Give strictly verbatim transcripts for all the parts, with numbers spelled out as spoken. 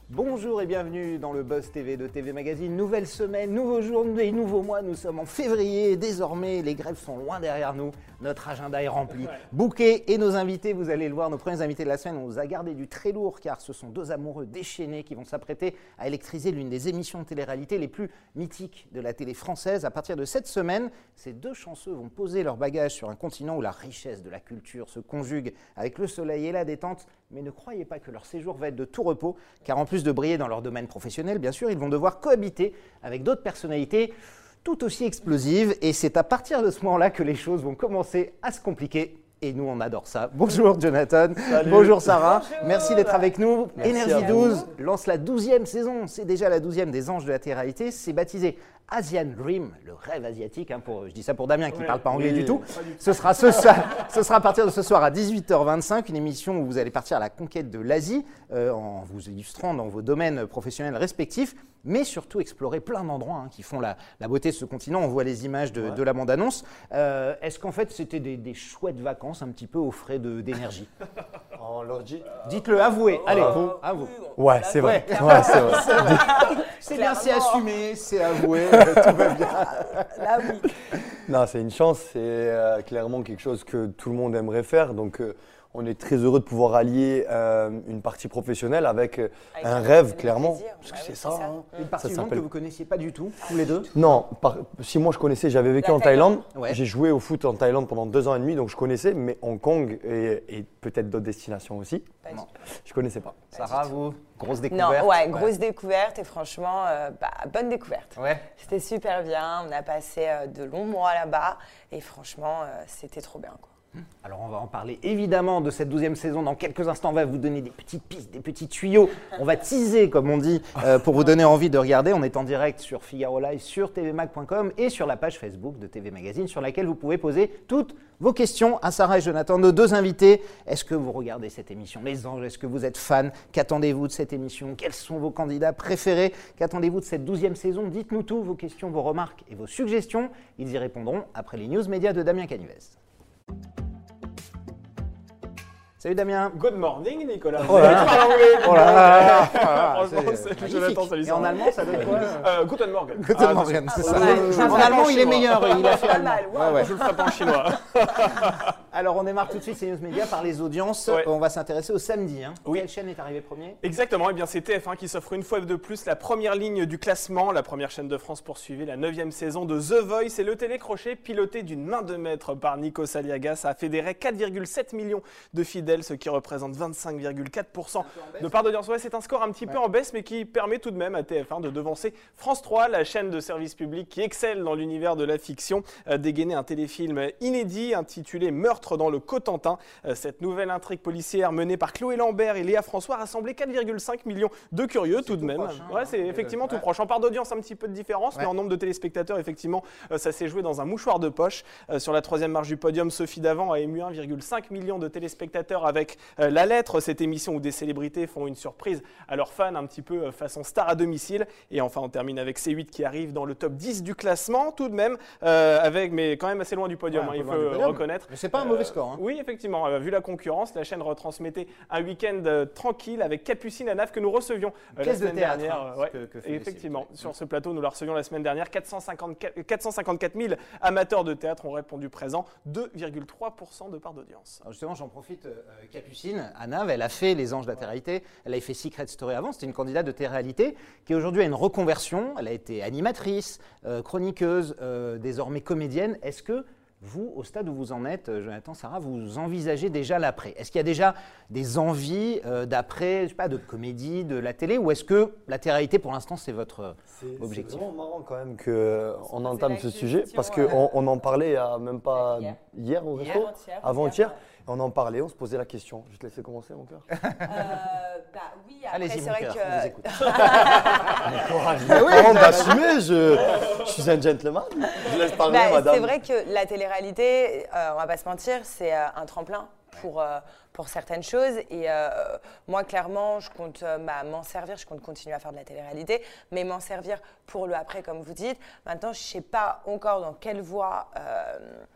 Bonjour et bienvenue dans le Buzz T V de T V Magazine. Nouvelle semaine, nouveau jour et nouveau mois. Nous sommes en février. Désormais, les grèves sont loin derrière nous. Notre agenda est rempli. Ouais. Bouquet et nos invités, vous allez le voir, nos premiers invités de la semaine, on nous a gardé du très lourd car ce sont deux amoureux déchaînés qui vont s'apprêter à électriser l'une des émissions de télé-réalité les plus mythiques de la télé française. À partir de cette semaine, ces deux chanceux vont poser leurs bagages sur un continent où la richesse de la culture se conjugue avec le soleil et la détente. Mais ne croyez pas que leur séjour va être de tout repos, car en plus de briller dans leur domaine professionnel, bien sûr, ils vont devoir cohabiter avec d'autres personnalités tout aussi explosives. Et c'est à partir de ce moment-là que les choses vont commencer à se compliquer. Et nous, on adore ça. Bonjour Jonathan. Salut. Bonjour Sarah. Bonjour. Merci d'être avec nous. Merci Énergie douze lance la douzième saison. C'est déjà la douzième des Anges de la télé-réalité. C'est baptisé Asian Dream, le rêve asiatique. Hein, pour, je dis ça pour Damien qui ne ouais, parle pas anglais oui, du tout. Ce sera, ce, soir, ce sera à partir de ce soir à dix-huit heures vingt-cinq, une émission où vous allez partir à la conquête de l'Asie euh, en vous illustrant dans vos domaines professionnels respectifs, mais surtout explorer plein d'endroits hein, qui font la, la beauté de ce continent. On voit les images de, ouais. de la bande-annonce. Euh, Est-ce qu'en fait, c'était des, des chouettes vacances un petit peu aux frais d'énergie? On leur dit. Dites-le, avouez. Allez, vous. avouez. Ouais, c'est vrai. Ouais, c'est vrai. C'est bien, c'est assumé, c'est avoué, tout va bien. Là, oui. Non, c'est une chance, c'est euh, clairement quelque chose que tout le monde aimerait faire. Donc, euh, on est très heureux de pouvoir allier euh, une partie professionnelle avec, euh, avec un rêve, clairement. Plaisir. Parce que bah c'est oui, ça. ça. Hein. Une partie du monde que vous ne connaissiez pas du tout, tous les deux? Non, par, si moi je connaissais, j'avais vécu La en Thaïlande. Ouais. J'ai joué au foot en Thaïlande pendant deux ans et demi, donc je connaissais, mais Hong Kong et, et peut-être d'autres destinations aussi. Non. Je ne connaissais pas. pas Sarah, vous, grosse découverte? Non, ouais, grosse ouais. découverte et franchement, euh, bah, bonne découverte. Ouais. C'était super bien, on a passé euh, de longs mois là-bas et franchement, euh, c'était trop bien, quoi. Alors on va en parler évidemment de cette douzième saison dans quelques instants. On va vous donner des petites pistes, des petits tuyaux. On va teaser comme on dit euh, pour vous donner envie de regarder. On est en direct sur Figaro Live, sur t v mag point com et sur la page Facebook de T V Magazine sur laquelle vous pouvez poser toutes vos questions à Sarah et Jonathan, nos deux invités. Est-ce que vous regardez cette émission Les Anges? Est-ce que vous êtes fan? Qu'attendez-vous de cette émission? Quels sont vos candidats préférés? Qu'attendez-vous de cette douzième saison? Dites-nous tout, vos questions, vos remarques et vos suggestions. Ils y répondront après les news médias de Damien Canivez. Salut Damien. Good morning Nicolas. Oh là là. Oh là là. Franchement, c'est Jonathan, salut. Et en allemand, ça donne quoi? euh, Guten Morgen. Guten ah, Morgen, c'est ah, ça. ouais. En allemand, il est meilleur. Il a fait Pas allemand. mal, ouais. Ouais, ouais. Je le ferai pas en chinois. Alors, on démarre tout de suite ces news médias par les audiences. Ouais. On va s'intéresser au samedi. Hein. Oui. Quelle chaîne est arrivée premier? Exactement. Et bien, c'est T F un qui s'offre une fois de plus la première ligne du classement. La première chaîne de France poursuivait la neuvième saison de The Voice et le télécrochet piloté d'une main de maître par Nico Saliagas a fédéré quatre virgule sept millions de fidèles, ce qui représente vingt-cinq virgule quatre pour cent de part d'audience. Ouais, c'est un score un petit ouais. peu en baisse, mais qui permet tout de même à T F un de devancer France trois, la chaîne de service public qui excelle dans l'univers de la fiction, euh, dégainer un téléfilm inédit intitulé Meurtre dans le Cotentin. Euh, cette nouvelle intrigue policière menée par Chloé Lambert et Léa François a rassemblé quatre virgule cinq millions de curieux tout de même. Proche, hein, ouais, c'est effectivement ouais. tout proche. En part d'audience, un petit peu de différence, ouais. mais en nombre de téléspectateurs, effectivement, euh, ça s'est joué dans un mouchoir de poche. Euh, sur la troisième marche du podium, Sophie Davant a ému un virgule cinq million de téléspectateurs avec euh, La Lettre, cette émission où des célébrités font une surprise à leurs fans, un petit peu façon star à domicile. Et enfin, on termine avec C huit qui arrive dans le top dix du classement, tout de même, euh, avec, mais quand même assez loin du podium, ouais, hein, il faut le reconnaître. Mais c'est pas un mauvais score. Hein. Euh, oui, effectivement. Euh, vu la concurrence, la chaîne retransmettait un week-end euh, tranquille avec Capucine Anaf que nous recevions euh, la semaine de théâtre, dernière. hein, ouais. que, que Et effectivement, sur ce plateau, nous la recevions la semaine dernière. quatre cent cinquante-quatre mille amateurs de théâtre ont répondu présent, deux virgule trois pour cent de part d'audience. Justement, j'en profite. Euh, Capucine Anaf, elle a fait Les Anges de la télé-réalité. Elle avait fait Secret Story avant, c'était une candidate de télé-réalité qui aujourd'hui a une reconversion. Elle a été animatrice, euh, chroniqueuse, euh, désormais comédienne. Est-ce que vous, au stade où vous en êtes, Jonathan, Sarah, vous envisagez déjà l'après? Est-ce qu'il y a déjà des envies euh, d'après, je sais pas, de comédie, de la télé, ou est-ce que la télé-réalité, pour l'instant, c'est votre objectif? C'est vraiment marrant quand même qu'on entame ce sujet, parce qu'on on en parlait il y a même pas hier, hier au resto, avant-hier. On en parlait, on se posait la question. Je vais te laisser commencer, mon cœur. Euh, bah oui, après, c'est vrai cœur, que. On vous écoute. Courage, oui, d'assumer, je, je suis un gentleman. Je laisse parler, bah, madame. C'est vrai que la télé-réalité, euh, on va pas se mentir, c'est euh, un tremplin pour, euh, pour certaines choses. Et euh, moi, clairement, je compte euh, bah, m'en servir, je compte continuer à faire de la télé-réalité, mais m'en servir pour le après, comme vous dites. Maintenant, je sais pas encore dans quelle voie. Euh,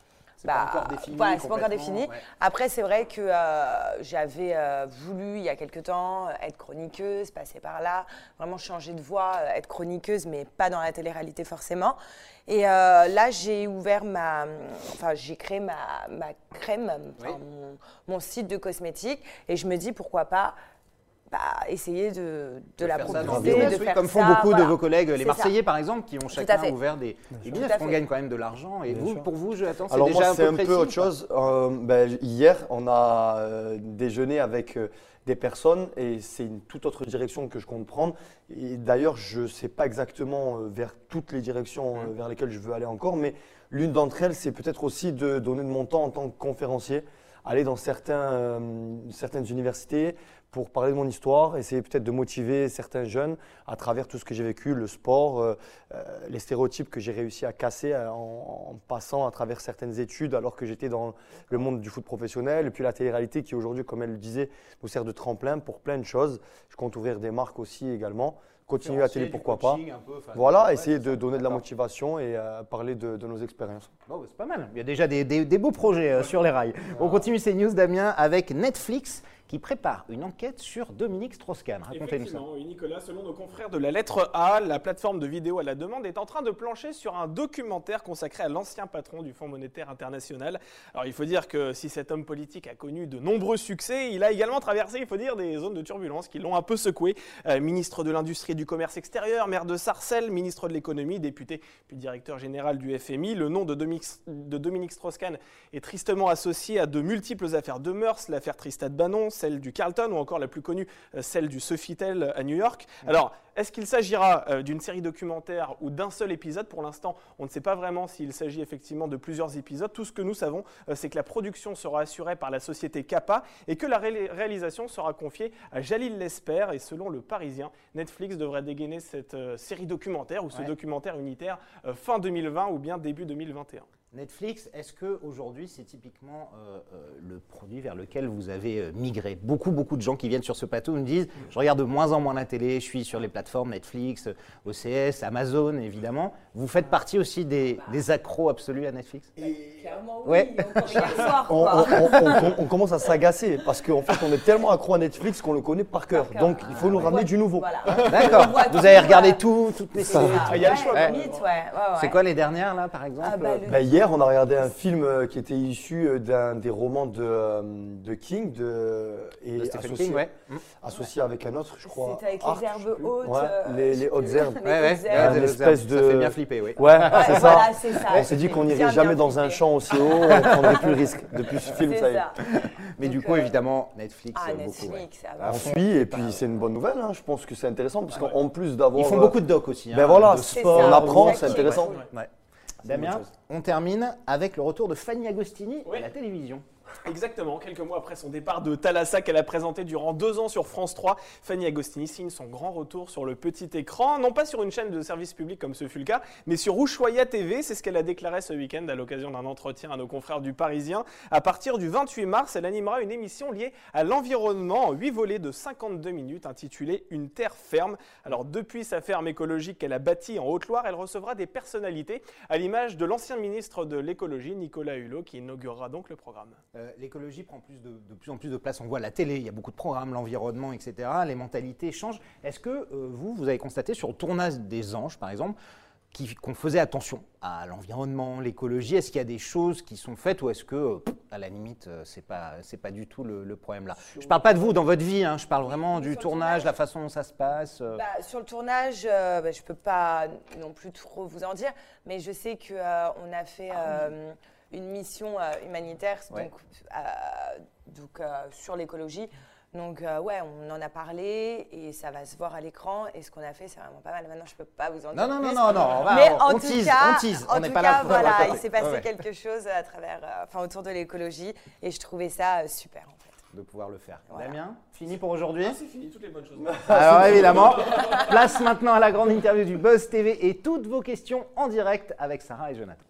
C'est pas encore défini. Voilà, c'est pas encore complètement, défini. ouais. Après, c'est vrai que euh, j'avais euh, voulu, il y a quelques temps, être chroniqueuse, passer par là, vraiment changer de voie, euh, être chroniqueuse, mais pas dans la télé-réalité forcément. Et euh, là, j'ai ouvert ma... Enfin, j'ai créé ma, ma crème, enfin, Oui. mon, mon site de cosmétiques. Et je me dis, pourquoi pas bah, essayer de, de, De la faire ça dans le proposer, business, de oui, faire comme font ça, beaucoup voilà. de vos collègues, les C'est Marseillais ça. par exemple, qui ont à chacun fait. ouvert des, des business, Tout à qu'on fait. gagne quand même de l'argent. Et Bien vous, sûr. pour vous, Jonathan, c'est Alors déjà moi, un c'est peu un précis, peu autre ou pas chose. Euh, ben, hier, on a euh, déjeuné avec euh, des personnes et c'est une toute autre direction que je compte prendre. Et d'ailleurs, je ne sais pas exactement euh, vers toutes les directions euh, vers lesquelles je veux aller encore, mais l'une d'entre elles, c'est peut-être aussi de donner de mon temps en tant que conférencier, aller dans certains, euh, certaines universités pour parler de mon histoire, essayer peut-être de motiver certains jeunes à travers tout ce que j'ai vécu, le sport, euh, euh, les stéréotypes que j'ai réussi à casser euh, en, en passant à travers certaines études alors que j'étais dans le monde du foot professionnel. Et puis la télé-réalité qui aujourd'hui, comme elle le disait, nous sert de tremplin pour plein de choses. Je compte ouvrir des marques aussi également. Continuer la télé, pourquoi pas. Voilà, Ouais, essayer c'est de ça. donner de la D'accord. motivation et euh, parler de, de nos expériences. Bon, bah, c'est pas mal. Il y a déjà des, des- des beaux projets euh, sur les rails. On continue ces news, Damien, avec Netflix qui prépare une enquête sur Dominique Strauss-Kahn. Racontez-nous ça. Effectivement, oui, Nicolas, selon nos confrères de la lettre A, la plateforme de vidéo à la demande est en train de plancher sur un documentaire consacré à l'ancien patron du Fonds monétaire international. Alors il faut dire que si cet homme politique a connu de nombreux succès, il a également traversé, il faut dire, des zones de turbulence qui l'ont un peu secoué. Euh, ministre de l'Industrie et du Commerce extérieur, maire de Sarcelles, ministre de l'Économie, député puis directeur général du F M I. Le nom de Dominique, de Dominique Strauss-Kahn est tristement associé à de multiples affaires de mœurs, l'affaire Tristan-Banon, celle du Carlton ou encore la plus connue, euh, celle du Sofitel à New York. Alors, est-ce qu'il s'agira euh, d'une série documentaire ou d'un seul épisode? Pour l'instant, on ne sait pas vraiment s'il s'agit effectivement de plusieurs épisodes. Tout ce que nous savons, euh, c'est que la production sera assurée par la société Kappa et que la ré- réalisation sera confiée à Jalil Lesper. Et selon Le Parisien, Netflix devrait dégainer cette euh, série documentaire ou ce Ouais. documentaire unitaire euh, fin deux mille vingt ou bien début deux mille vingt et un. Netflix, est-ce qu'aujourd'hui, c'est typiquement euh, euh, le produit vers lequel vous avez euh, migré? Beaucoup, beaucoup de gens qui viennent sur ce plateau nous disent « Je regarde de moins en moins la télé, je suis sur les plateformes Netflix, O C S, Amazon, évidemment. » Vous faites partie aussi des, des accros absolus à Netflix? Clairement, Ouais. oui, encore hier soir, On, quoi. on- on- on- on commence à s'agacer parce qu'en fait, on est tellement accro à Netflix qu'on le connaît par cœur. cœur. Donc, il faut nous On ramener voit- du nouveau. Voilà. D'accord. On voit Vous tout, avez regardé euh, tout, toutes les Ça. séries. Ah, il y a le choix, Ouais, quoi. limite, ouais, ouais, ouais. C'est quoi les dernières, là, par exemple? Ah, bah, le- Ben, hier, on a regardé un film euh, qui était issu euh, d'un des romans de, euh, de King de, et De Stephen associé, King, ouais. associé avec un autre, je crois. C'était avec Art, les je sais herbes plus. hautes. Ouais, euh, les, je les sais hautes plus. herbes. Les Ouais, ouais. hautes herbes. une Ouais, espèce ça de- fait bien flipper, oui. Ouais, Ouais, c'est voilà, ça. c'est ça. On s'est dit qu'on Bien, n'irait bien jamais dans un flipper. champ aussi haut, on prendrait plus le risque. Depuis ce film, C'est ça y est. ça. Mais du Donc, coup, euh, évidemment, Netflix, Ah, euh, beaucoup. ouais. Netflix, ça À va. On fond. suit et puis c'est une bonne nouvelle. hein. Je pense que c'est intéressant parce qu'en plus d'avoir. Ils font euh, beaucoup de docs aussi. Ben hein, voilà, de c'est sport, ça. on apprend, Ouais, c'est ouais, intéressant. ouais. Ouais. une Damien, bonne chose. on termine avec le retour de Fanny Agostini Oui. à la télévision. Exactement, quelques mois après son départ de Thalassa qu'elle a présenté durant deux ans sur France trois, Fanny Agostini signe son grand retour sur le petit écran, non pas sur une chaîne de service public comme ce fut le cas, mais sur Ushuaïa T V, c'est ce qu'elle a déclaré ce week-end à l'occasion d'un entretien à nos confrères du Parisien. À partir du vingt-huit mars, elle animera une émission liée à l'environnement en huit volets de cinquante-deux minutes intitulée Une terre ferme. Alors depuis sa ferme écologique qu'elle a bâtie en Haute-Loire, elle recevra des personnalités à l'image de l'ancien ministre de l'écologie Nicolas Hulot qui inaugurera donc le programme. Euh, L'écologie prend plus de, de plus en plus de place. On voit la télé, il y a beaucoup de programmes, l'environnement, et cetera. Les mentalités changent. Est-ce que euh, vous, vous avez constaté sur le tournage des Anges, par exemple, qui- qu'on faisait attention à l'environnement, l'écologie? Est-ce qu'il y a des choses qui sont faites ou est-ce que, euh, à la limite, euh, c'est pas, c'est pas du tout le, le problème là? Je parle pas de vous dans votre vie, hein, je parle vraiment du Sur le tournage, tournage. la façon dont ça se passe. euh. Bah, sur le tournage, euh, bah, je ne peux pas non plus trop vous en dire, mais je sais qu'on a fait euh, une mission euh, humanitaire Ouais. donc, euh, donc, euh, sur l'écologie. Donc euh, ouais, on en a parlé et ça va se voir à l'écran. Et ce qu'on a fait, c'est vraiment pas mal. Maintenant, je ne peux pas vous en Non, dire non, non, plus. non, non, on va, Mais on, en on tout tease, cas, on tease, en on n'est tout pas cas, là pour voilà, raconter. il s'est passé Ouais, ouais. quelque chose à travers, euh, enfin, autour de l'écologie et je trouvais ça euh, super en fait. de pouvoir le faire. Voilà. Damien, fini pour aujourd'hui? C'est fini, toutes les bonnes choses. Alors évidemment, place maintenant à la grande interview du Buzz T V et toutes vos questions en direct avec Sarah et Jonathan.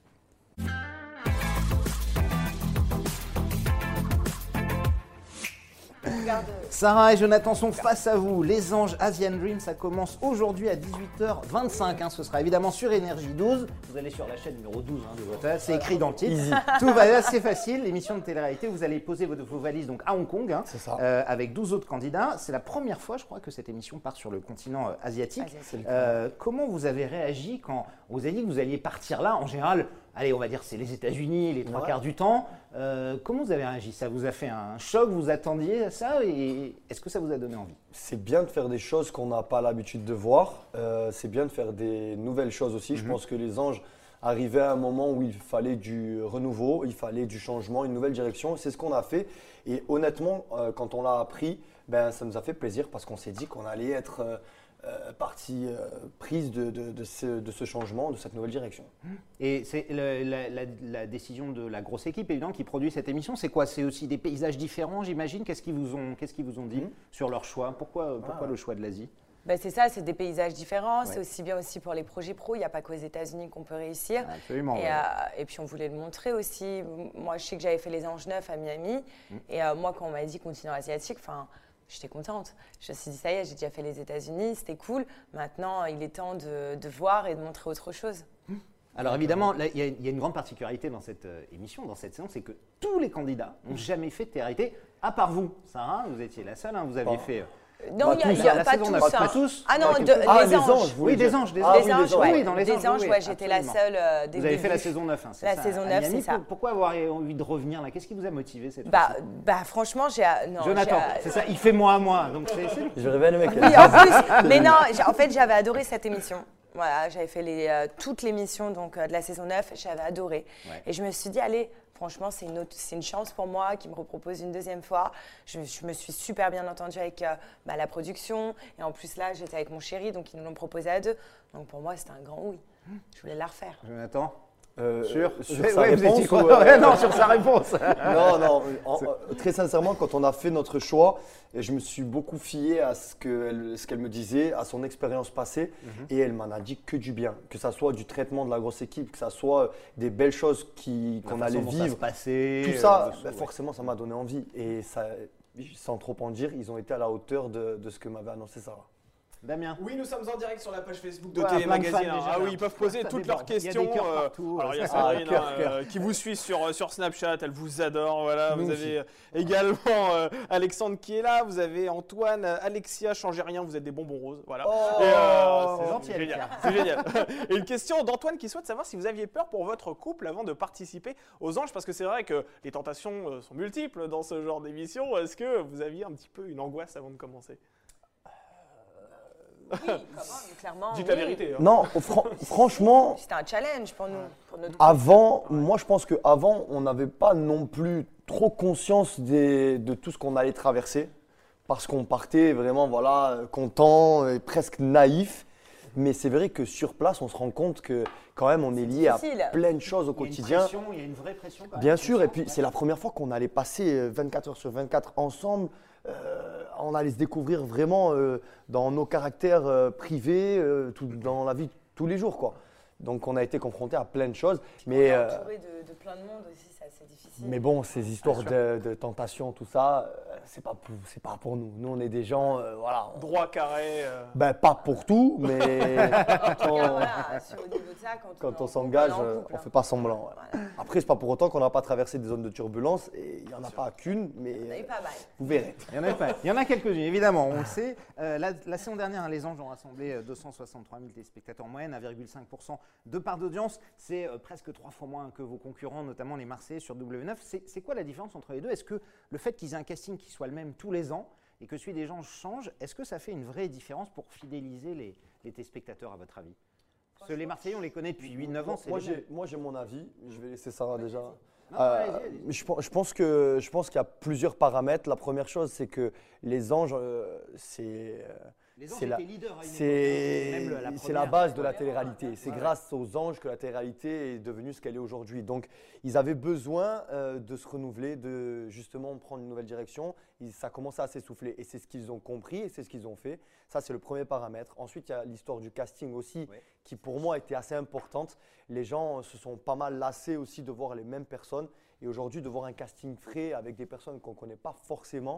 regarde. Sarah et Jonathan sont face à vous. Les Anges Asian Dream, ça commence aujourd'hui à dix-huit heures vingt-cinq. Hein. Ce sera évidemment sur Énergie douze. Vous allez sur la chaîne numéro douze hein, de votre c'est écrit dans le titre. Easy. Tout va assez facile. L'émission de télé-réalité, vous allez poser vos, vos valises donc à Hong Kong hein, C'est ça. euh, avec douze autres candidats. C'est la première fois, je crois, que cette émission part sur le continent euh, asiatique. Asiatique. Euh, comment vous avez réagi quand on vous a dit que vous alliez partir là? En général, allez, on va dire c'est les États-Unis les trois Ouais. quarts du temps. Euh, comment vous avez réagi? Ça vous a fait un choc? Vous attendiez à ça? Et est-ce que ça vous a donné envie? C'est bien de faire des choses qu'on n'a pas l'habitude de voir. Euh, c'est bien de faire des nouvelles choses aussi. Je pense que les Anges arrivaient à un moment où il fallait du renouveau, il fallait du changement, une nouvelle direction. C'est ce qu'on a fait. Et honnêtement, euh, quand on l'a appris, ben, ça nous a fait plaisir parce qu'on s'est dit qu'on allait être euh, euh, partie euh, prise de, de, de, ce, de ce changement, de cette nouvelle direction. Et c'est le- la, la- la décision de la grosse équipe évidemment qui produit cette émission. C'est quoi? C'est aussi des paysages différents, j'imagine. Qu'est-ce qu'ils vous ont, qu'est-ce qu'ils vous ont dit sur leur choix? Pourquoi, pourquoi le choix de l'Asie? Ben, c'est ça, c'est des paysages différents. Ouais. C'est aussi bien aussi pour les projets pro. Il n'y a pas qu'aux États-Unis qu'on peut réussir. Absolument. Et, ouais. euh, et puis on voulait le montrer aussi. Moi, je sais que j'avais fait les Anges Neufs à Miami. Et euh, moi, quand on m'a dit continent asiatique, enfin, j'étais contente. Je me suis dit, ça y est, j'ai déjà fait les États-Unis, c'était cool. Maintenant, il est temps de, de voir et de montrer autre chose. Alors évidemment, là, il y, a- il y a une grande particularité dans cette euh, émission, dans cette séance, c'est que tous les candidats n'ont jamais fait de télé-réalité, à part vous. Sarah, vous étiez la seule, hein, vous aviez Pas- fait... euh, Non, Pas il y a, tous, il y a à la pas saison tous. neuf, hein. pas tous. Ah non, Pas de- quelques- Ah, les les Anges. Anges, vous Oui, voulez des dire. anges, des Ah anges. oui, Les les Anges, Anges. ouais. Oui, dans les Des Anges, Anges, oui, ouais, j'étais la absolument. seule euh, dès Vous le avez fait la début. saison neuf. Hein, c'est La ça, saison à neuf, Miami. c'est ça. Pour- Pourquoi avoir envie de revenir là? Qu'est-ce qui vous a motivé cette Bah, fois-ci? bah franchement, j'ai. Non, Jonathan, j'ai- c'est ça, il fait moi à moi. Donc c'est, c'est- Je révèle le mec. Oui, en plus. Mais non, j'ai- en fait, j'avais adoré cette émission. Voilà, j'avais fait les, euh, toutes les émissions donc, euh, de la saison neuf, j'avais adoré. Ouais. Et je me suis dit, allez, franchement, c'est une, autre- c'est une chance pour moi qui me repropose une deuxième fois. Je, je me suis super bien entendue avec euh, bah, la production. Et en plus, là, j'étais avec mon chéri, donc ils nous l'ont proposé à deux. Donc pour moi, c'était un grand oui. Je voulais la refaire. Jonathan, Euh, sûr, sur Ouais, sa ouais, vous réponse étiez quoi ou, euh, Ouais, non, sur sa réponse. Non, non, en- en- très sincèrement, quand on a fait notre choix, je me suis beaucoup fié à ce qu'elle ce qu'elle me disait, à son expérience passée, et elle m'en a dit que du bien. Que ça soit du traitement de la grosse équipe, que ça soit des belles choses qui- qu'on allait vivre. passer, Tout ça, ben, forcément, ça m'a donné envie. Et ça, sans trop en dire, ils ont été à la hauteur de, de ce que m'avait annoncé Sarah. Damien. Oui, nous sommes en direct sur la page Facebook de Ouais, Télé plein de Magazine. fans hein. déjà, Ah là. oui, ils peuvent poser Ça toutes déborde. leurs Il y a des questions. cœurs euh, partout. Alors il y a Ah, Sandrine cœur, hein, cœur. euh, qui vous suit sur, euh, sur Snapchat, elle vous adore. Voilà. Nous Vous aussi. avez euh, également euh, Alexandre qui est là, vous avez Antoine, euh, Alexia, changez rien, vous êtes des bonbons roses. Voilà. Oh, Et, euh, c'est gentil, génial. Alexia. C'est génial. Et une question d'Antoine qui souhaite savoir si vous aviez peur pour votre couple avant de participer aux Anges, parce que c'est vrai que les tentations euh, sont multiples dans ce genre d'émission. Est-ce que vous aviez un petit peu une angoisse avant de commencer? Oui, quand même, clairement. Dites oui. la vérité. hein. Non, fran- franchement, C'était un challenge pour nous, pour notre avant, moi je pense qu'avant, on n'avait pas non plus trop conscience des- de tout ce qu'on allait traverser. Parce qu'on partait vraiment voilà, content et presque naïf. Mais c'est vrai que sur place, on se rend compte que quand même, on est lié à difficile. plein de choses au Il y a une quotidien. pression, il y a une vraie pression. quand même. Bien sûr, et puis Ouais. c'est la première fois qu'on allait passer euh, vingt-quatre heures sur vingt-quatre ensemble. Euh, on allait se découvrir vraiment euh, dans nos caractères euh, privés, euh, tout- dans la vie de tous les jours, quoi. Donc on a été confronté à plein de choses. On Mais, est euh, entouré de, de plein de monde aussi, c'est assez difficile. mais bon, ces histoires de, de tentation, tout ça, euh, c'est pas pour, c'est pas pour nous. Nous, on est des gens, euh, voilà. on- Droit carré. euh, Ben, pas pour tout, mais quand, Regarde, voilà, sur- au niveau de ça, quand, quand on, est en on s'engage, couple, on est en euh, couple, on hein. fait pas semblant. ouais. Voilà. Après, c'est pas pour autant qu'on n'a pas traversé des zones de turbulence, et il n'y en a pas qu'une, mais On est euh, pas mal. vous verrez. Il y en a pas. Il y en a quelques-unes, évidemment, on le sait. Euh, la, la saison dernière, hein, les Anges ont rassemblé euh, deux cent soixante-trois mille téléspectateurs en moyenne, un virgule cinq pour cent de part d'audience. C'est euh, presque trois fois moins que vos concurrents, notamment les Marseillais sur W neuf. C'est c'est quoi la différence entre les deux? Est-ce que le fait qu'ils aient un casting qui soit le même tous les ans et que celui des gens change, est-ce que ça fait une vraie différence pour fidéliser les, les téléspectateurs, à votre avis? Parce que les Marseillais, on les connaît depuis huit neuf ans. c'est Moi, les mêmes. j'ai, moi, j'ai mon avis. Je vais laisser Sarah déjà. Non, Euh, allez-y, allez-y. mais je, pense- je pense que je pense qu'il y a plusieurs paramètres. La première chose, c'est que les anges, euh, c'est euh, Les Anges c'est la- étaient leaders à une c'est époque, même le- la c'est la première. base de la télé-réalité. C'est Ouais. grâce aux anges que la télé-réalité est devenue ce qu'elle est aujourd'hui. Donc, ils avaient besoin euh, de se renouveler, de justement prendre une nouvelle direction. Ils- ça commençait à s'essouffler et c'est ce qu'ils ont compris et c'est ce qu'ils ont fait. Ça, c'est le premier paramètre. Ensuite, il y a l'histoire du casting aussi, Ouais. qui pour moi était assez importante. Les gens euh, se sont pas mal lassés aussi de voir les mêmes personnes. Et aujourd'hui, de voir un casting frais avec des personnes qu'on ne connaît pas forcément,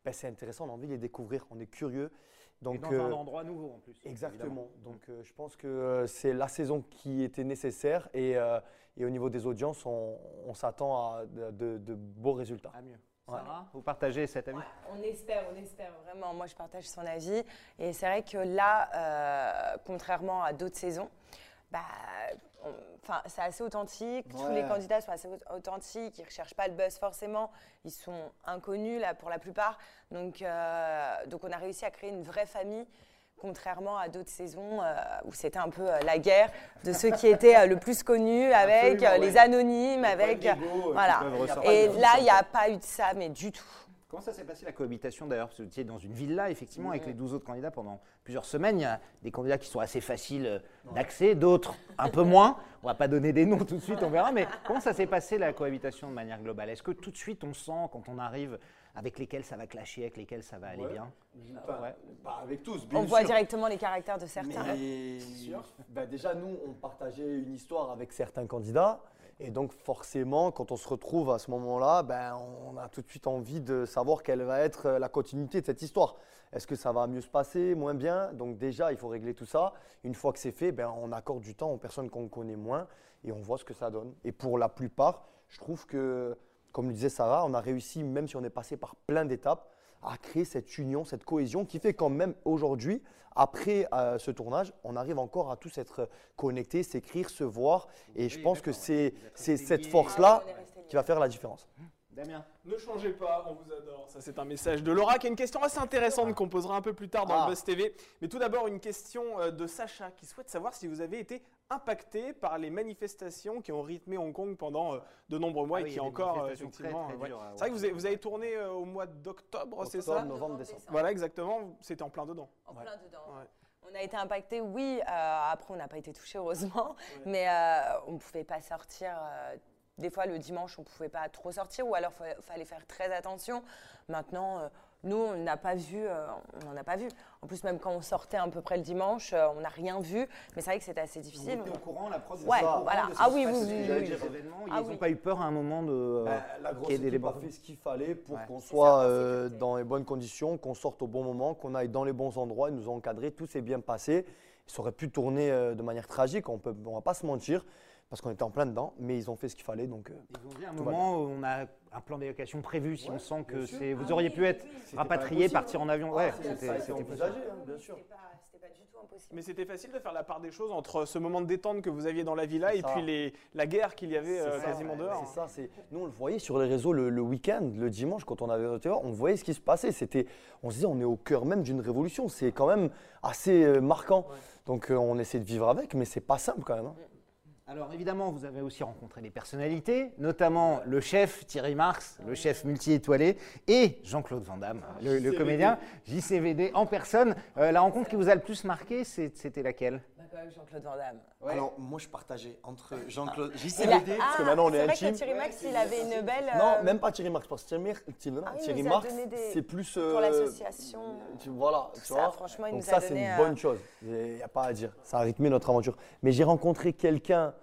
ben, c'est intéressant, on a envie de les découvrir, on est curieux. Donc, et dans euh, un endroit nouveau en plus. Exactement. Évidemment. Donc euh, je pense que euh, c'est la saison qui était nécessaire et, euh, et au niveau des audiences, on, on s'attend à de, de, de beaux résultats. À mieux. Ouais. Sarah, vous partagez cet avis? Ouais, on espère, on espère vraiment. Moi, je partage son avis. Et c'est vrai que là, euh, contrairement à d'autres saisons, bah, on, c'est assez authentique. Ouais. Tous les candidats sont assez authentiques. Ils ne recherchent pas le buzz forcément. Ils sont inconnus là, pour la plupart. Donc, euh, donc, on a réussi à créer une vraie famille. Contrairement à d'autres saisons euh, où c'était un peu euh, la guerre de ceux qui étaient euh, le plus connus avec euh, les ouais. anonymes, Les avec points d'ego, euh, voilà. qui peuvent ressortir. Et là, il n'y a pas eu de ça, mais du tout. Comment ça s'est passé la cohabitation d'ailleurs? Parce que vous étiez dans une villa effectivement avec les douze autres candidats pendant plusieurs semaines. Il y a des candidats qui sont assez faciles euh, d'accès, d'autres un peu moins. On ne va pas donner des noms tout de suite, on verra. Mais comment ça s'est passé la cohabitation de manière globale? Est-ce que tout de suite on sent quand on arrive avec lesquels ça va clasher, avec lesquels ça va aller Ouais. bien? Enfin, Ouais. Pas avec tous, bien On sûr. voit directement les caractères de certains. Mais ben déjà, nous, on partageait une histoire avec certains candidats. Et donc, forcément, quand on se retrouve à ce moment-là, ben, on a tout de suite envie de savoir quelle va être la continuité de cette histoire. Est-ce que ça va mieux se passer, moins bien? Donc déjà, il faut régler tout ça. Une fois que c'est fait, ben, on accorde du temps aux personnes qu'on connaît moins et on voit ce que ça donne. Et pour la plupart, je trouve que, comme le disait Sarah, on a réussi, même si on est passé par plein d'étapes, à créer cette union, cette cohésion qui fait quand même aujourd'hui, après euh, ce tournage, on arrive encore à tous être connectés, s'écrire, se voir. Et je Oui, pense que d'accord, c'est ouais. Vous êtes c'est restés cette liés. force-là Ah ouais, on est restés liés. qui va faire la différence. Damien. Ne changez pas, on vous adore. Ça, c'est un message de Laura qui a une question assez intéressante qu'on posera un peu plus tard dans Ah. le Buzz T V. Mais tout d'abord, une question euh, de Sacha qui souhaite savoir si vous avez été impacté par les manifestations qui ont rythmé Hong Kong pendant euh, de nombreux mois Ah et oui, qui il y a des encore, euh, manifestations très, effectivement. très euh, ouais. dures, euh, C'est vrai que vous avez, vous avez tourné euh, au mois d'octobre, c'est ça? Octobre, novembre, décembre. Voilà, exactement. C'était en plein dedans. En plein dedans. Ouais. On a été impacté, oui. Euh, après, on n'a pas été touché, heureusement. Mais euh, on ne pouvait pas sortir. Euh, des fois, le dimanche, on ne pouvait pas trop sortir. Ou alors, il fallait faire très attention. Maintenant, euh, nous, on n'a pas vu. Euh, on n'en a pas vu. En plus, même quand on sortait à peu près le dimanche, euh, on n'a rien vu. Mais c'est vrai que c'était assez difficile. Vous étiez au courant, la prod Ouais, était au courant voilà. de ce Ah qui se oui, passait, oui, oui, des oui, oui. événements. Ah Ils n'ont oui. pas eu peur à un moment de. euh, Ben, la grosse qu'il y ait des équipe a débordements. fait ce qu'il fallait pour Ouais. qu'on C'est soit ça, en euh, sécurité. dans les bonnes conditions, qu'on sorte au bon moment, qu'on aille dans les bons endroits. Ils nous ont encadrés, tout s'est bien passé. Ça aurait pu tourner euh, de manière tragique, on ne va pas se mentir, parce qu'on était en plein dedans, mais ils ont fait ce qu'il fallait. Donc, euh, Ils vous ont dit à un Tout va moment où on a un plan d'évacuation prévu si Ouais, on sent que bien sûr. c'est. Vous Ah auriez oui, pu oui, être oui. C'était pas rapatrié, impossible. partir en avion. Ouais, Ah, c'était ça a été c'était envisagé, possible. hein, bien sûr. C'était pas, c'était pas du tout impossible. Mais c'était facile de faire la part des choses entre ce moment de détente que vous aviez dans la villa C'est et ça. puis les, la guerre qu'il y avait euh, C'est ça, quasiment ouais, dehors. C'est ça, c'est nous on le voyait sur les réseaux le, le week-end, le dimanche quand on avait notre heure, on voyait ce qui se passait. C'était, on se disait on est au cœur même d'une révolution. C'est quand même assez euh, marquant. Donc euh, on essaie de vivre avec, mais c'est pas simple quand même. hein. Alors évidemment, vous avez aussi rencontré des personnalités, notamment le chef Thierry Marx, le chef multi-étoilé, et Jean-Claude Van Damme, le, le comédien J C V D en personne. Euh, la rencontre qui vous a le plus marqué, c'est- c'était laquelle? Bah, quand même, Jean-Claude Van Damme. Ouais. Alors, moi, je partageais entre Jean-Claude Il a- J C V D. parce que maintenant, on est c'est vrai intime. que Thierry Max, il avait une belle. Non, euh, même pas Thierry Marx, parce que Thierry, Thierry- Ah oui, il Thierry nous a Marx, donné des- c'est plus. pour euh, l'association. tu- Voilà, tu ça, vois. franchement, il Donc nous ça, a c'est donné, une euh, bonne chose. Il n'y a pas à dire. Ça a rythmé notre aventure. Mais j'ai rencontré quelqu'un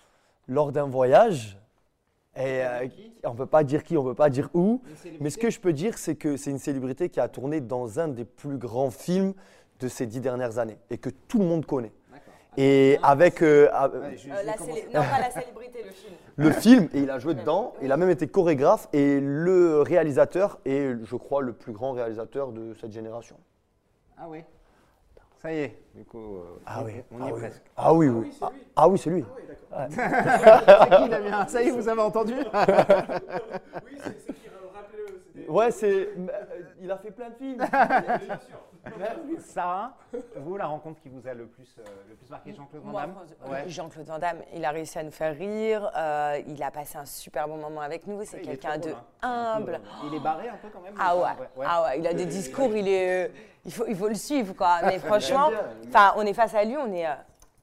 lors d'un voyage. Et euh, on ne peut pas dire qui, on ne peut pas dire où. Mais ce que je peux dire, c'est que c'est une célébrité qui a tourné dans un des plus grands films de ces dix dernières années et que tout le monde connaît. D'accord. Et avec euh, à- Ouais, je- je euh, vais la commencer. célé- Non, pas la célébrité, le film. le film, et il a joué dedans, il a même été chorégraphe et le réalisateur est, je crois, le plus grand réalisateur de cette génération. Ah oui. Ça y est, du coup, euh, Ah on, oui, on y ah est oui. presque. Ah oui, oui. oui, c'est Ah, lui. ah oui, c'est lui. C'est qui Damien? Ça y est, vous avez entendu? Oui, c'est c'est qui, rappelez-le. c'était- Ouais, c'est. mais, euh, Il a fait plein de films. Bien sûr. Sarah, vous, la rencontre qui vous a le plus, euh, le plus marqué, Jean-Claude Van Moi, Damme? François- Ouais. Jean-Claude Van Damme, il a réussi à nous faire rire. euh, il a passé un super bon moment avec nous. C'est Ouais, il est quelqu'un très de drôle, hein. humble. Un peu, euh, Il est barré un peu quand même? Ah ouais, ouais. ah ouais, il a des discours, il est, euh, il faut, il faut le suivre quoi. Mais franchement, bien. enfin, on est face à lui, on est, euh,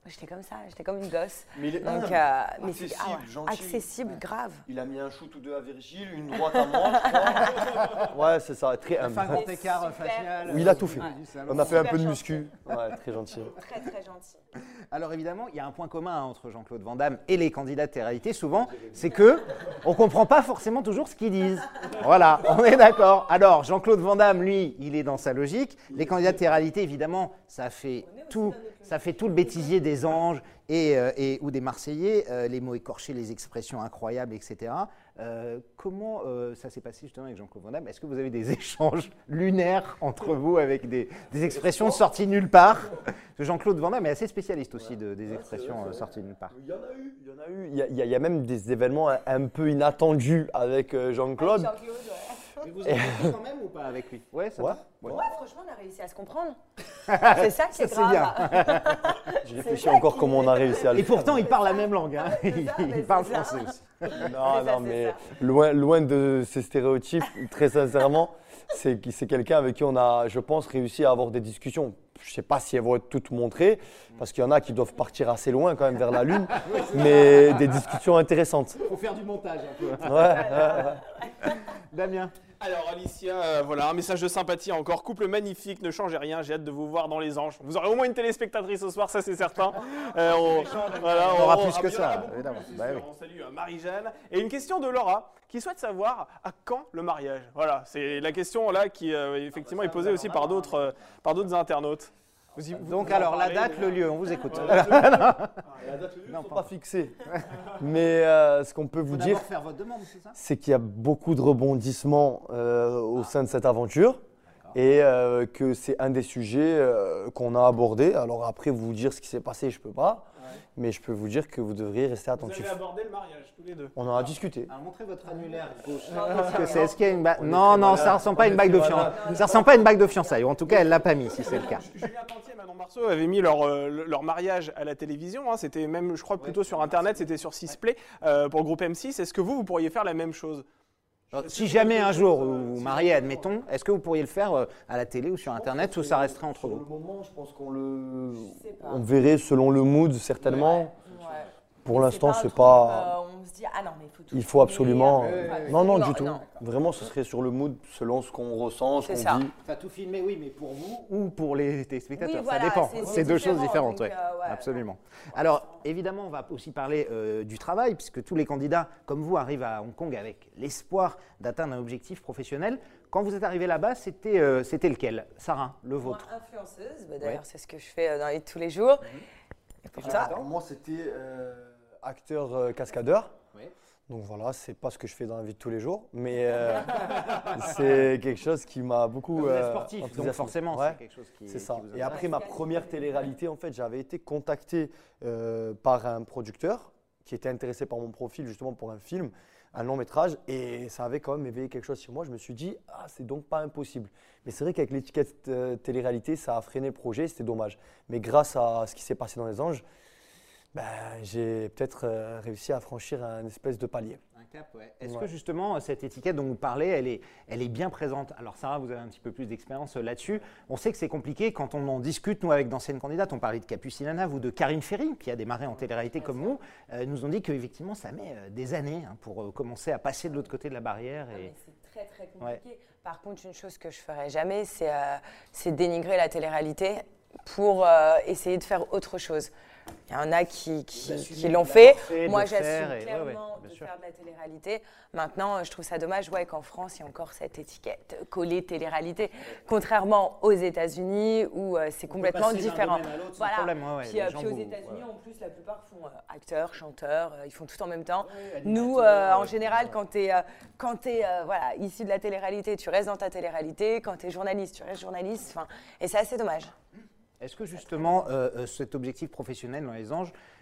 J'étais comme ça, j'étais comme une gosse. Mais il est Donc, humble, euh, mais c'est- accessible, ah ouais, gentil. accessible, grave. Il a mis un shoot ou deux à Virgile, une droite à moi, je crois. Ouais, c'est ça, très humble. Enfin, grand Mais écart super. facial. Oui, il a tout fait. Ouais. On a fait un Super peu de gentil. muscu. Ouais, très gentil. Très très gentil. Alors évidemment, il y a un point commun hein, entre Jean-Claude Van Damme et les candidats de télé-réalité, souvent, c'est que on comprend pas forcément toujours ce qu'ils disent. Voilà, on est d'accord. Alors Jean-Claude Van Damme, lui, il est dans sa logique. Les candidats de télé-réalité, évidemment, ça fait tout, ça fait tout le bêtisier des anges et, euh, et ou des Marseillais, euh, les mots écorchés, les expressions incroyables, et cetera. Euh, comment euh, ça s'est passé justement avec Jean-Claude Van Damme? Est-ce que vous avez des échanges lunaires entre vous avec des, des expressions sorties nulle part? Parce que Jean-Claude Van Damme est assez spécialiste aussi de, des expressions euh, sorties nulle part. Il y en a eu, il y en a eu. Il y a, il y a- il y a même des événements un, un peu inattendus avec euh, Jean-Claude. Jean-Claude, ouais. Mais vous avez compris quand même ou pas avec lui? Ouais, ça Ouais. va Ouais. Ouais, franchement, on a réussi à se comprendre. C'est ça qui est Ça, c'est grave. bien. Je réfléchis encore comment on a réussi à le Et faire. pourtant, il parle la même langue. Hein. Il, ça, mais il parle c'est ça. français aussi. Non, C'est ça, non, c'est mais ça. loin, loin de ces stéréotypes, très sincèrement, c'est c'est quelqu'un avec qui on a, je pense, réussi à avoir des discussions. Je ne sais pas si elles vont être toutes montrées, parce qu'il y en a qui doivent partir assez loin quand même vers la Lune, mais des discussions intéressantes. Il faut faire du montage un peu. Ouais, ouais, ouais. Damien. Alors Alicia, euh, voilà, un message de sympathie encore. Couple magnifique, ne changez rien, j'ai hâte de vous voir dans les anges. Vous aurez au moins une téléspectatrice ce soir, ça c'est certain. Euh, on, voilà, On aura plus ah, que il y en ça, aura beaucoup évidemment. plus, c'est Bah sûr. oui. On salue euh, Marie-Jeanne. Et une question de Laura, qui souhaite savoir à quand le mariage. Voilà, c'est la question là qui euh, effectivement est posée aussi par d'autres euh, par d'autres internautes. Vous y- vous- Donc vous en alors, la parlez, date, mais- le lieu, on vous écoute. La date ne sont pas fixées. Mais euh, ce qu'on peut Il vous faut dire, d'abord faire votre demande, c'est ça? c'est qu'il y a beaucoup de rebondissements euh, au sein de cette aventure et euh, que c'est un des sujets euh, qu'on a abordé. Alors après, vous dire ce qui s'est passé, je peux pas, mais je peux vous dire que vous devriez rester Vous attentif. avez abordé le mariage tous les deux. On en a discuté. Alors, montrez votre annulaire gauche. Parce que c'est, est-ce qu'il y a une bague? Non, non, ça ressemble pas à une bague de fiançailles. Ça ressemble pas à une bague de fiançailles. Ou en tout cas, elle l'a pas mis, si c'est le cas. Julien Tantier et Manon Marceau avaient mis leur, euh, leur mariage à la télévision. Hein. C'était même, je crois, plutôt sur Internet. C'était sur Sisplay euh, pour le groupe M six. Est-ce que vous, vous pourriez faire la même chose? Alors, si jamais un jour vous vous mariez, admettons, est-ce que vous pourriez le faire euh, à la télé ou sur Internet ou ça resterait entre Sur le vous? moment, je pense qu'on le, sais pas. on verrait selon le mood certainement. Ouais. Pour Mais l'instant, un c'est truc, pas. euh, on se dit, ah non, mais il faut tout Il faut absolument. filmer, euh, euh, Non, non, non, du tout. non. Vraiment, ce serait sur le mood, selon ce qu'on ressent, ce C'est qu'on ça. vit. Enfin, tout filmer, oui, mais pour vous ou pour les téléspectateurs, Oui, voilà, ça dépend. c'est- C'est, c'est deux choses différent, différentes, donc, ouais. euh, ouais. Absolument. Alors, évidemment, on va aussi parler euh, du travail, puisque tous les candidats, comme vous, arrivent à Hong Kong avec l'espoir d'atteindre un objectif professionnel. Quand vous êtes arrivé là-bas, c'était, euh, c'était lequel? Sarah, le Moi, vôtre? influenceuse, bah, d'ailleurs, c'est ce que je fais euh, dans les tous les jours. Et pour ça, Alors, moi, c'était euh, acteur euh, cascadeur. Oui. Donc voilà, c'est pas ce que je fais dans la vie de tous les jours, mais euh, c'est quelque chose qui m'a beaucoup. Vous êtes euh, sportif, donc enthousiasmé. forcément, Ouais, c'est quelque chose qui c'est ça. qui vous Et intéresse. après ma première télé-réalité, en fait, j'avais été contacté euh, par un producteur qui était intéressé par mon profil justement pour un film, un long métrage, et ça avait quand même éveillé quelque chose sur moi. Je me suis dit, ah, c'est donc pas impossible. Mais c'est vrai qu'avec l'étiquette euh, télé-réalité, ça a freiné le projet, c'était dommage. Mais grâce à ce qui s'est passé dans Les Anges, ben, j'ai peut-être euh, réussi à franchir un espèce de palier. Un cap, ouais. Est-ce Ouais. que justement, cette étiquette dont vous parlez, elle est, elle est bien présente? Alors Sarah, vous avez un petit peu plus d'expérience euh, là-dessus. On sait que c'est compliqué quand on en discute, nous, avec d'anciennes candidates. On parlait de Capucine Anna ou de Karine Ferry, qui a démarré en télé-réalité comme vous. Euh, ils nous ont dit qu'effectivement, ça met euh, des années hein, pour euh, commencer à passer de l'autre côté de la barrière. ah, Et... mais c'est très très compliqué. Par contre, une chose que je ferai jamais, c'est euh, c'est dénigrer la télé-réalité pour euh, essayer de faire autre chose. Il y en a qui, qui, D'assumer, qui l'ont de fait. l'avoir fait, de Moi, le faire, j'assume et- ouais, clairement ouais, bien de sûr. faire de la télé-réalité. Maintenant, je trouve ça dommage ouais, qu'en France, il y a encore cette étiquette collée télé-réalité. Contrairement aux États-Unis où euh, c'est complètement passer d'un différent. domaine à l'autre sans Voilà. problème, ouais, ouais, puis, les euh, gens puis aux vous- États-Unis, ouais. en plus, la plupart font euh, acteurs, chanteurs, euh, ils font tout en même temps. Ouais, Nous, animateurs, euh, en ouais, général, ouais. quand tu es, quand t'es, euh, voilà, issu de la télé-réalité, tu restes dans ta télé-réalité. Quand tu es journaliste, tu restes journaliste. Enfin, et c'est assez dommage. Est-ce que justement, euh, euh, cet objectif professionnel dans Les Anges,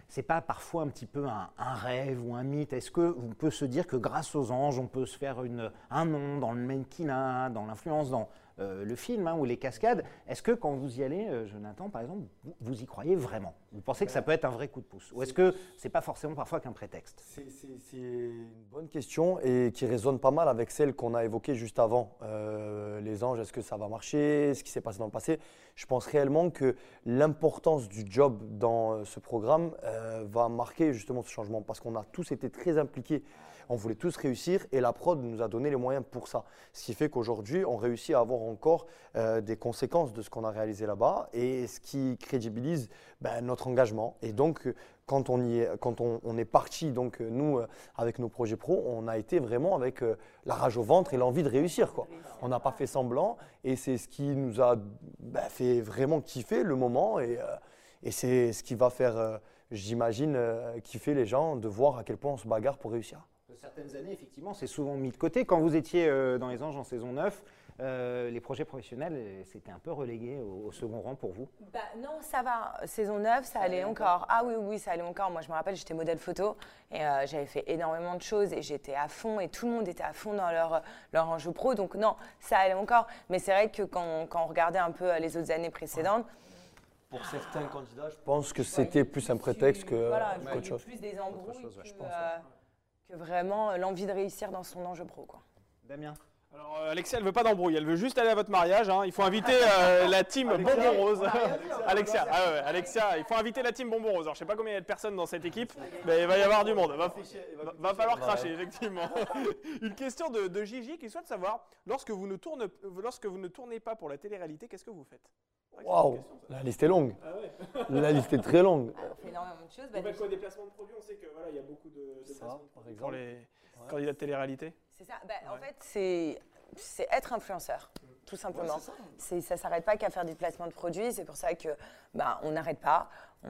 c'est pas parfois un petit peu un, un rêve ou un mythe? Est-ce qu'on peut se dire que grâce aux anges, on peut se faire une, un nom dans le mannequinat, dans l'influence, dans euh, le film hein, ou les cascades? Est-ce que quand vous y allez, euh, Jonathan, par exemple, vous, vous y croyez vraiment? Vous pensez que ça peut être un vrai coup de pouce? Ou est-ce que c'est pas forcément parfois qu'un prétexte? C'est une bonne question et qui résonne pas mal avec celle qu'on a évoquée juste avant. Euh, les anges, est-ce que ça va marcher? Ce qui s'est passé dans le passé? Je pense réellement que l'importance du job dans ce programme euh, va marquer justement ce changement parce qu'on a tous été très impliqués. On voulait tous réussir et la prod nous a donné les moyens pour ça. Ce qui fait qu'aujourd'hui, on réussit à avoir encore euh, des conséquences de ce qu'on a réalisé là-bas et ce qui crédibilise ben, notre engagement. Et donc, quand on, y est, quand on, on est parti, donc nous, euh, avec nos projets pro, on a été vraiment avec euh, la rage au ventre et l'envie de réussir, quoi. On n'a pas fait semblant et c'est ce qui nous a ben, fait vraiment kiffer le moment et, euh, et c'est ce qui va faire, euh, j'imagine, euh, kiffer les gens de voir à quel point on se bagarre pour réussir. Certaines années, effectivement, c'est souvent mis de côté. Quand vous étiez euh, dans Les Anges en saison neuf, euh, les projets professionnels, c'était un peu relégué au, au second rang pour vous? Bah, non, ça va. Saison neuf, ça allait encore. Ah oui, oui, ça allait encore. Moi, je me rappelle, j'étais modèle photo et euh, j'avais fait énormément de choses et j'étais à fond et tout le monde était à fond dans leur, leur enjeu pro. Donc non, ça allait encore. Mais c'est vrai que quand, quand on regardait un peu les autres années précédentes, pour certains candidats, je pense que c'était plus un prétexte que voilà, qu'autre chose. plus des embrouilles chose, ouais, que, je pense, euh, que vraiment l'envie de réussir dans son enjeu pro, quoi. Damien? Alors euh, Alexia, elle veut pas d'embrouille, elle veut juste aller à votre mariage. Hein. Il faut inviter euh, la team Bonbon Rose. Alexia, ah ouais, Alexia, il faut inviter la team Bonbon Rose. Alors je sais pas combien il y a de personnes dans cette équipe, mais il va y avoir du monde. Va, va, va falloir cracher, effectivement. Une question de, de Gigi qui souhaite savoir, lorsque vous, ne tourne, lorsque vous ne tournez pas pour la télé-réalité, qu'est-ce que vous faites? Waouh, la liste est longue. Ah ouais. La liste est très longue. Alors, on fait énormément de choses. Vous faites quoi, des placements de produits? On sait que voilà, il y a beaucoup de, de Ça, placements de par produits exemple. pour les ouais. candidats de télé-réalité. C'est ça. Bah, Ouais. En fait, c'est c'est être influenceur, tout simplement. Ouais, c'est ça. C'est- ça ne s'arrête pas qu'à faire du placement de produits. C'est pour ça que bah, on n'arrête pas.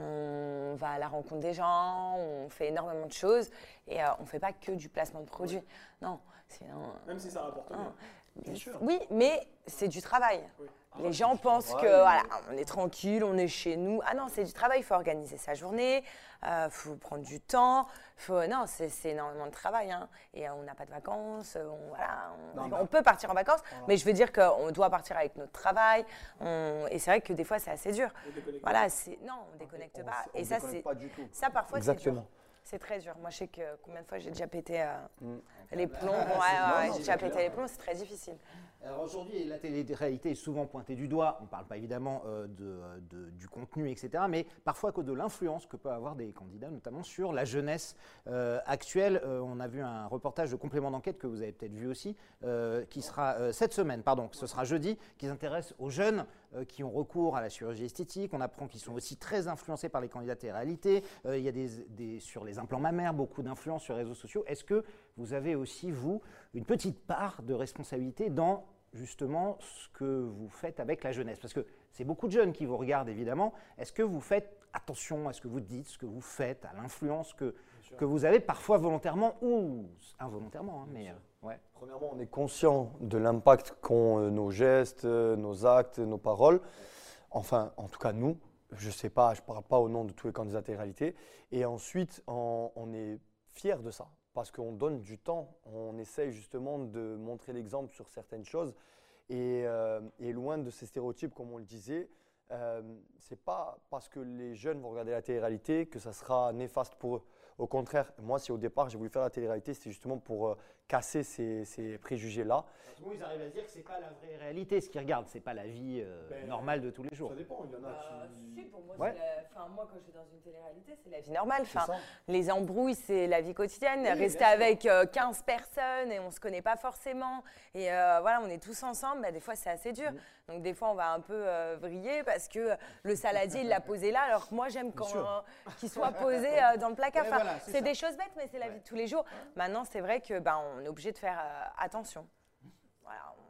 On va à la rencontre des gens, on fait énormément de choses et euh, on ne fait pas que du placement de produits. Non, sinon. Même si ça rapporte non. bien. Bien sûr. Oui, mais c'est du travail. Oui. Les gens pensent travail. que voilà, on est tranquille, on est chez nous. Ah non, c'est du travail, il faut organiser sa journée, il euh, faut prendre du temps. Faut... Non, c'est énormément de travail. Hein. Et euh, on n'a pas de vacances, on, voilà, on, Non, on bah. peut partir en vacances, mais je veux dire qu'on doit partir avec notre travail. On... Et c'est vrai que des fois, c'est assez dur. Voilà, c'est non, on ne déconnecte On- pas. on Et ça, déconnecte c'est pas du tout. ça parfois, c'est dur. Exactement. C'est très dur. Moi, je sais que combien de fois j'ai déjà pété euh, Mm. les plombs. Ouais, non, ouais, non, j'ai c'est déjà pété clair. les plombs, c'est très difficile. Alors aujourd'hui, la télé-réalité est souvent pointée du doigt. On ne parle pas évidemment euh, de, de- du contenu, et cetera. Mais parfois à cause de l'influence que peuvent avoir des candidats, notamment sur la jeunesse euh, actuelle. Euh, on a vu un reportage de complément d'enquête que vous avez peut-être vu aussi, euh, qui sera euh, cette semaine, pardon, ce sera jeudi, qui s'intéresse aux jeunes euh, qui ont recours à la chirurgie esthétique. On apprend qu'ils sont aussi très influencés par les candidats télé-réalité. Euh, il y a des, des- sur les implants mammaires, beaucoup d'influence sur les réseaux sociaux. Est-ce que vous avez aussi, vous, une petite part de responsabilité dans justement ce que vous faites avec la jeunesse? Parce que c'est beaucoup de jeunes qui vous regardent évidemment. Est-ce que vous faites attention à ce que vous dites, ce que vous faites, à l'influence que, que vous avez parfois volontairement ou involontairement hein, mais, euh, ouais. Premièrement, on est conscient de l'impact qu'ont euh, nos gestes, euh, nos actes, nos paroles. Enfin, en tout cas, nous, je ne sais pas, je ne parle pas au nom de tous les candidats télé-réalité. Et ensuite, on, on est fiers de ça parce qu'on donne du temps. On essaye justement de montrer l'exemple sur certaines choses. Et, euh, et loin de ces stéréotypes, comme on le disait, euh, ce n'est pas parce que les jeunes vont regarder la télé-réalité que ça sera néfaste pour eux. Au contraire, moi, si au départ j'ai voulu faire la télé-réalité, c'était justement pour euh, casser ces, ces préjugés-là. Tout le monde, ils arrivent à se dire que ce n'est pas la vraie réalité. Ce qu'ils regardent, ce n'est pas la vie euh, Ben, normale de tous les jours. dépend, il y en Euh, si, pour moi, Ouais. c'est la- enfin, moi, quand je suis dans une télé-réalité, c'est la vie normale. Enfin, ça. les embrouilles, c'est la vie quotidienne. Oui, Rester bien sûr. avec euh, quinze personnes et on ne se connaît pas forcément. Et euh, voilà, on est tous ensemble. Bah, des fois, c'est assez dur. Donc, des fois, on va un peu euh, vriller parce que le saladier, il l'a posé là. Alors que moi, j'aime quand sûr. euh, qu'il soit posé euh, dans le placard. Ouais, Enfin, voilà, c'est c'est ça. des choses bêtes, mais c'est la vie de tous les jours. Maintenant, c'est vrai que bah, on est obligé de faire euh, attention. Voilà, on fait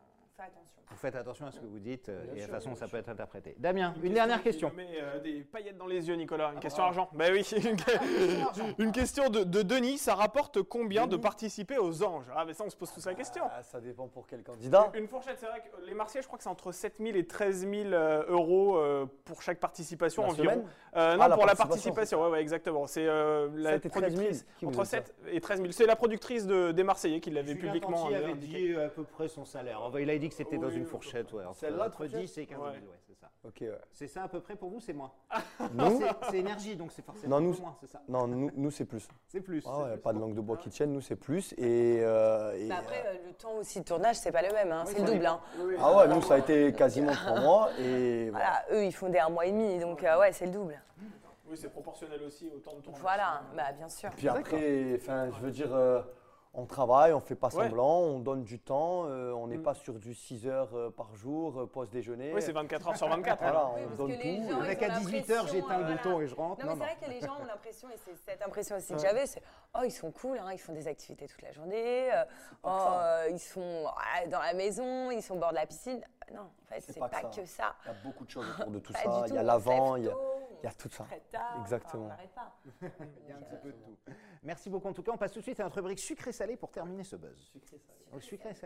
fais attention. Vous faites attention à ce que vous dites euh, et de sûr, toute façon bien ça sûr. peut être interprété. Damien, une, dernière qui question. me met euh, des paillettes dans les yeux, Nicolas. Une question argent. Bah oui, une, une question de, de Denis. Ça rapporte combien de participer aux Anges? Ah, mais ça, on se pose tous la question. Ah, ça dépend pour quel candidat. Une fourchette, c'est vrai que les Marseillais, je crois que c'est entre sept mille et treize mille euh, euros euh, pour chaque participation La environ. semaine Euh, non, Ah, la pour la participation. participation, ouais, ouais, exactement. C'est euh, la sept et treize mille. productrice Qui vous entre dit ça sept et treize mille. C'est la productrice de, des Marseillais qui l'avait Julien publiquement Tanti euh, avait indiqué. dit à peu près son salaire. Enfin, il a dit que c'était dans Oui, une oui, fourchette. Ouais, entre, Celle-là, entre fourchette dix et quinze Ouais. mille, ouais, c'est ça. Ok, ouais. C'est ça à peu près pour vous, c'est moins. Nous, C'est- C'est énergie, donc c'est forcément Non, un nous- peu moins, c'est ça. non, nous, nous c'est plus. C'est plus. Ah c'est ouais, plus. pas de langue de bois qui tienne, nous c'est plus. Et, euh, et, Mais après, euh, le temps aussi de tournage, c'est pas le même, hein, Oui, c'est le ça double. Hein. euh, ah ouais, nous ça a été quasiment trois mois. Et voilà. Voilà, eux, ils font des un mois et demi, donc euh, ouais, c'est le double. Oui, c'est proportionnel aussi au temps de tournage. Voilà, bah bien sûr. Puis après, enfin, je veux dire, euh, on travaille, on fait pas Ouais. semblant, on donne du temps, euh, on n'est pas sur du six heures euh, par jour, euh, pause déjeuner. Oui, c'est vingt-quatre heures sur vingt-quatre. Voilà, Oui, on parce donne que les tout. gens, et- Avec ils ont à dix-huit heures, l'impression, j'éteins le euh, bouton et je rentre. Non, mais Non, c'est vrai que les gens ont l'impression, et c'est cette impression aussi que j'avais, c'est oh, ils sont cool, hein, ils font des activités toute la journée, euh, oh, euh, ils sont ah, dans la maison, ils sont au bord de la piscine. Non, en fait, c'est pas, pas que, que ça. Il y a beaucoup de choses autour de tout Pas ça. du Il y tout, a on l'avant, se il lève y a, tôt, il y a tout ça. très tard, Exactement. enfin, on n'arrête pas. Il y a un petit peu de tout. Merci beaucoup. En tout cas, on passe tout de suite à notre rubrique sucré-salé pour terminer ce buzz. Donc, sucré-salé.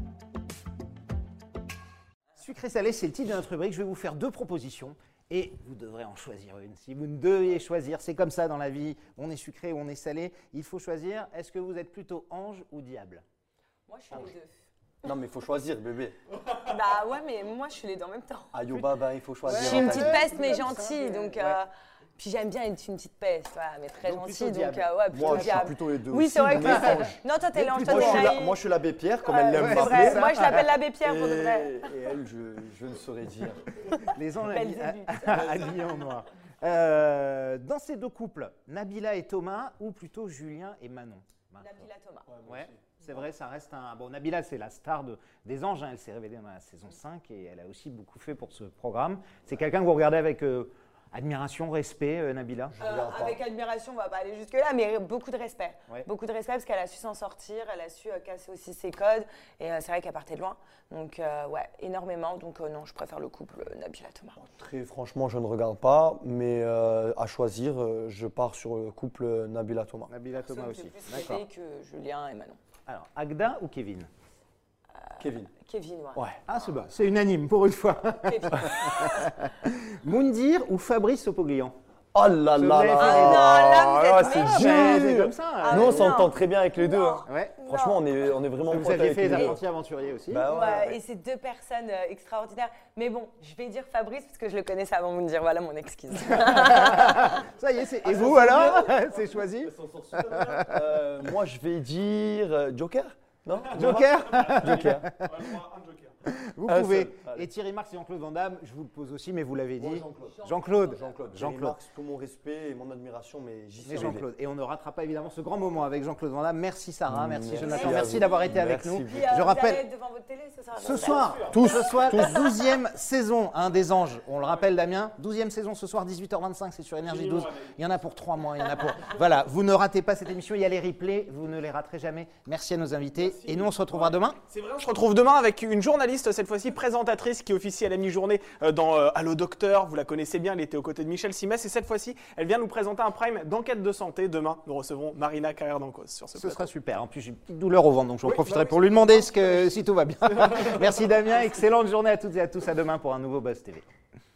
Sucré-salé, c'est le titre de notre rubrique. Je vais vous faire deux propositions et vous devrez en choisir une. Si vous ne deviez choisir, c'est comme ça dans la vie. On est sucré ou on est salé. Il faut choisir. Est-ce que vous êtes plutôt ange ou diable? Moi, je suis les deux. Non, mais il faut choisir, bébé. Bah ouais, mais moi, je suis les deux en même temps. Ayoba, ben, il faut choisir. Je suis une en petite fait. peste, mais gentille, donc... euh, puis j'aime bien être une petite peste, voilà, mais très Donc, gentille, plutôt donc diable. euh, ouais, plutôt Moi, je suis diable. plutôt les deux. Oui, aussi, c'est vrai que mais toi, ange. non, toi, t'es l'ange, toi, Moi, je t'es suis la- naïf. moi, je suis l'abbé Pierre, comme Ouais, elle l'aime c'est m'appeler. vrai. Moi, je l'appelle l'abbé Pierre pour de vrai. Et, et elle, je, je ne saurais dire. Les anges Belles habillés- élites. habillés en noir. Euh, dans ces deux couples, Nabila et Thomas ou plutôt Julien et Manon? Nabila Thomas. Ouais, c'est vrai, ça reste un. Bon, Nabila, c'est la star de- des anges. Hein, elle s'est révélée dans la saison cinq et elle a aussi beaucoup fait pour ce programme. C'est quelqu'un que vous regardez avec euh, admiration, respect, euh, Nabila? Je regarde pas. Avec admiration, on va pas aller jusque-là, mais beaucoup de respect. Ouais. Beaucoup de respect parce qu'elle a su s'en sortir, elle a su euh, casser aussi ses codes. Et euh, c'est vrai qu'elle partait de loin. Donc, euh, ouais, énormément. Donc, euh, non, je préfère le couple euh, Nabila Thomas. Très franchement, je ne regarde pas, mais euh, à choisir, euh, je pars sur le couple Nabila Thomas. Nabila Ça Thomas me fait aussi. plus D'accord. rêver que Julien et Manon. Alors, Agda ou Kevin? Kevin. Kevin, ouais. Ouais. Ah, c'est bon, c'est unanime pour une fois. Kevin. Moundir ou Fabrice Opoglian? Oh là Ce là mec, là ah non, là, vous là, êtes c'est méchants. Ouais, c'est dur. comme ça. Ah, Nous, mais on non. s'entend très bien avec les deux. hein. Ouais. Franchement, on est, on est vraiment Vous potes aviez avec fait les les deux. apprentis aventuriers aussi. Bah ouais. Ouais, et c'est deux personnes euh, extraordinaires. Mais bon, je vais dire Fabrice parce que je le connaissais avant de me dire voilà mon excuse. Ça y est, c'est... Et vous alors? C'est choisi? Euh, moi, je vais dire euh, Joker. Non Joker? Joker. On va avoir un joker. Vous Un pouvez. seul, allez. Et Thierry Marx et Jean-Claude Van Damme, je vous le pose aussi, mais vous l'avez dit. Moi, Jean-Claude. Jean-Claude. Jean-Claude. Jean-Claude. Jean-Claude. Tout mon respect et mon admiration, mais j'y Mais serai. Jean-Claude. Et on ne ratera pas évidemment ce grand moment avec Jean-Claude Van Damme. Merci Sarah, merci, Merci Jonathan, à merci vous. d'avoir été avec Merci nous. beaucoup. Puis, euh, Je vous rappelle. allez être devant votre télé ce soir. Ce soir, tous, ce soir, la douzième saison hein, des Anges. On le rappelle, Damien, douzième saison ce soir, dix-huit heures vingt-cinq, c'est sur Énergie douze. Il y en a pour trois mois, il y en a pour. Voilà, vous ne ratez pas cette émission, il y a les replays, vous ne les raterez jamais. Merci à nos invités. Et nous, on se retrouvera demain. C'est vrai, on se retrouve demain avec une journaliste, cette fois-ci présentatrice, qui officie à la mi-journée euh, dans euh, Allo Docteur. Vous la connaissez bien, elle était aux côtés de Michel Simès. Et cette fois-ci, elle vient nous présenter un prime d'enquête de santé. Demain, nous recevons Marina Carrère-Dancos sur ce Ce plateau. sera super. En plus, j'ai une petite douleur au ventre, donc j'en Oui, profiterai bah oui, pour lui demander ce que, si tout va bien. Merci Damien, excellente journée à toutes et à tous. À demain pour un nouveau Buzz T V.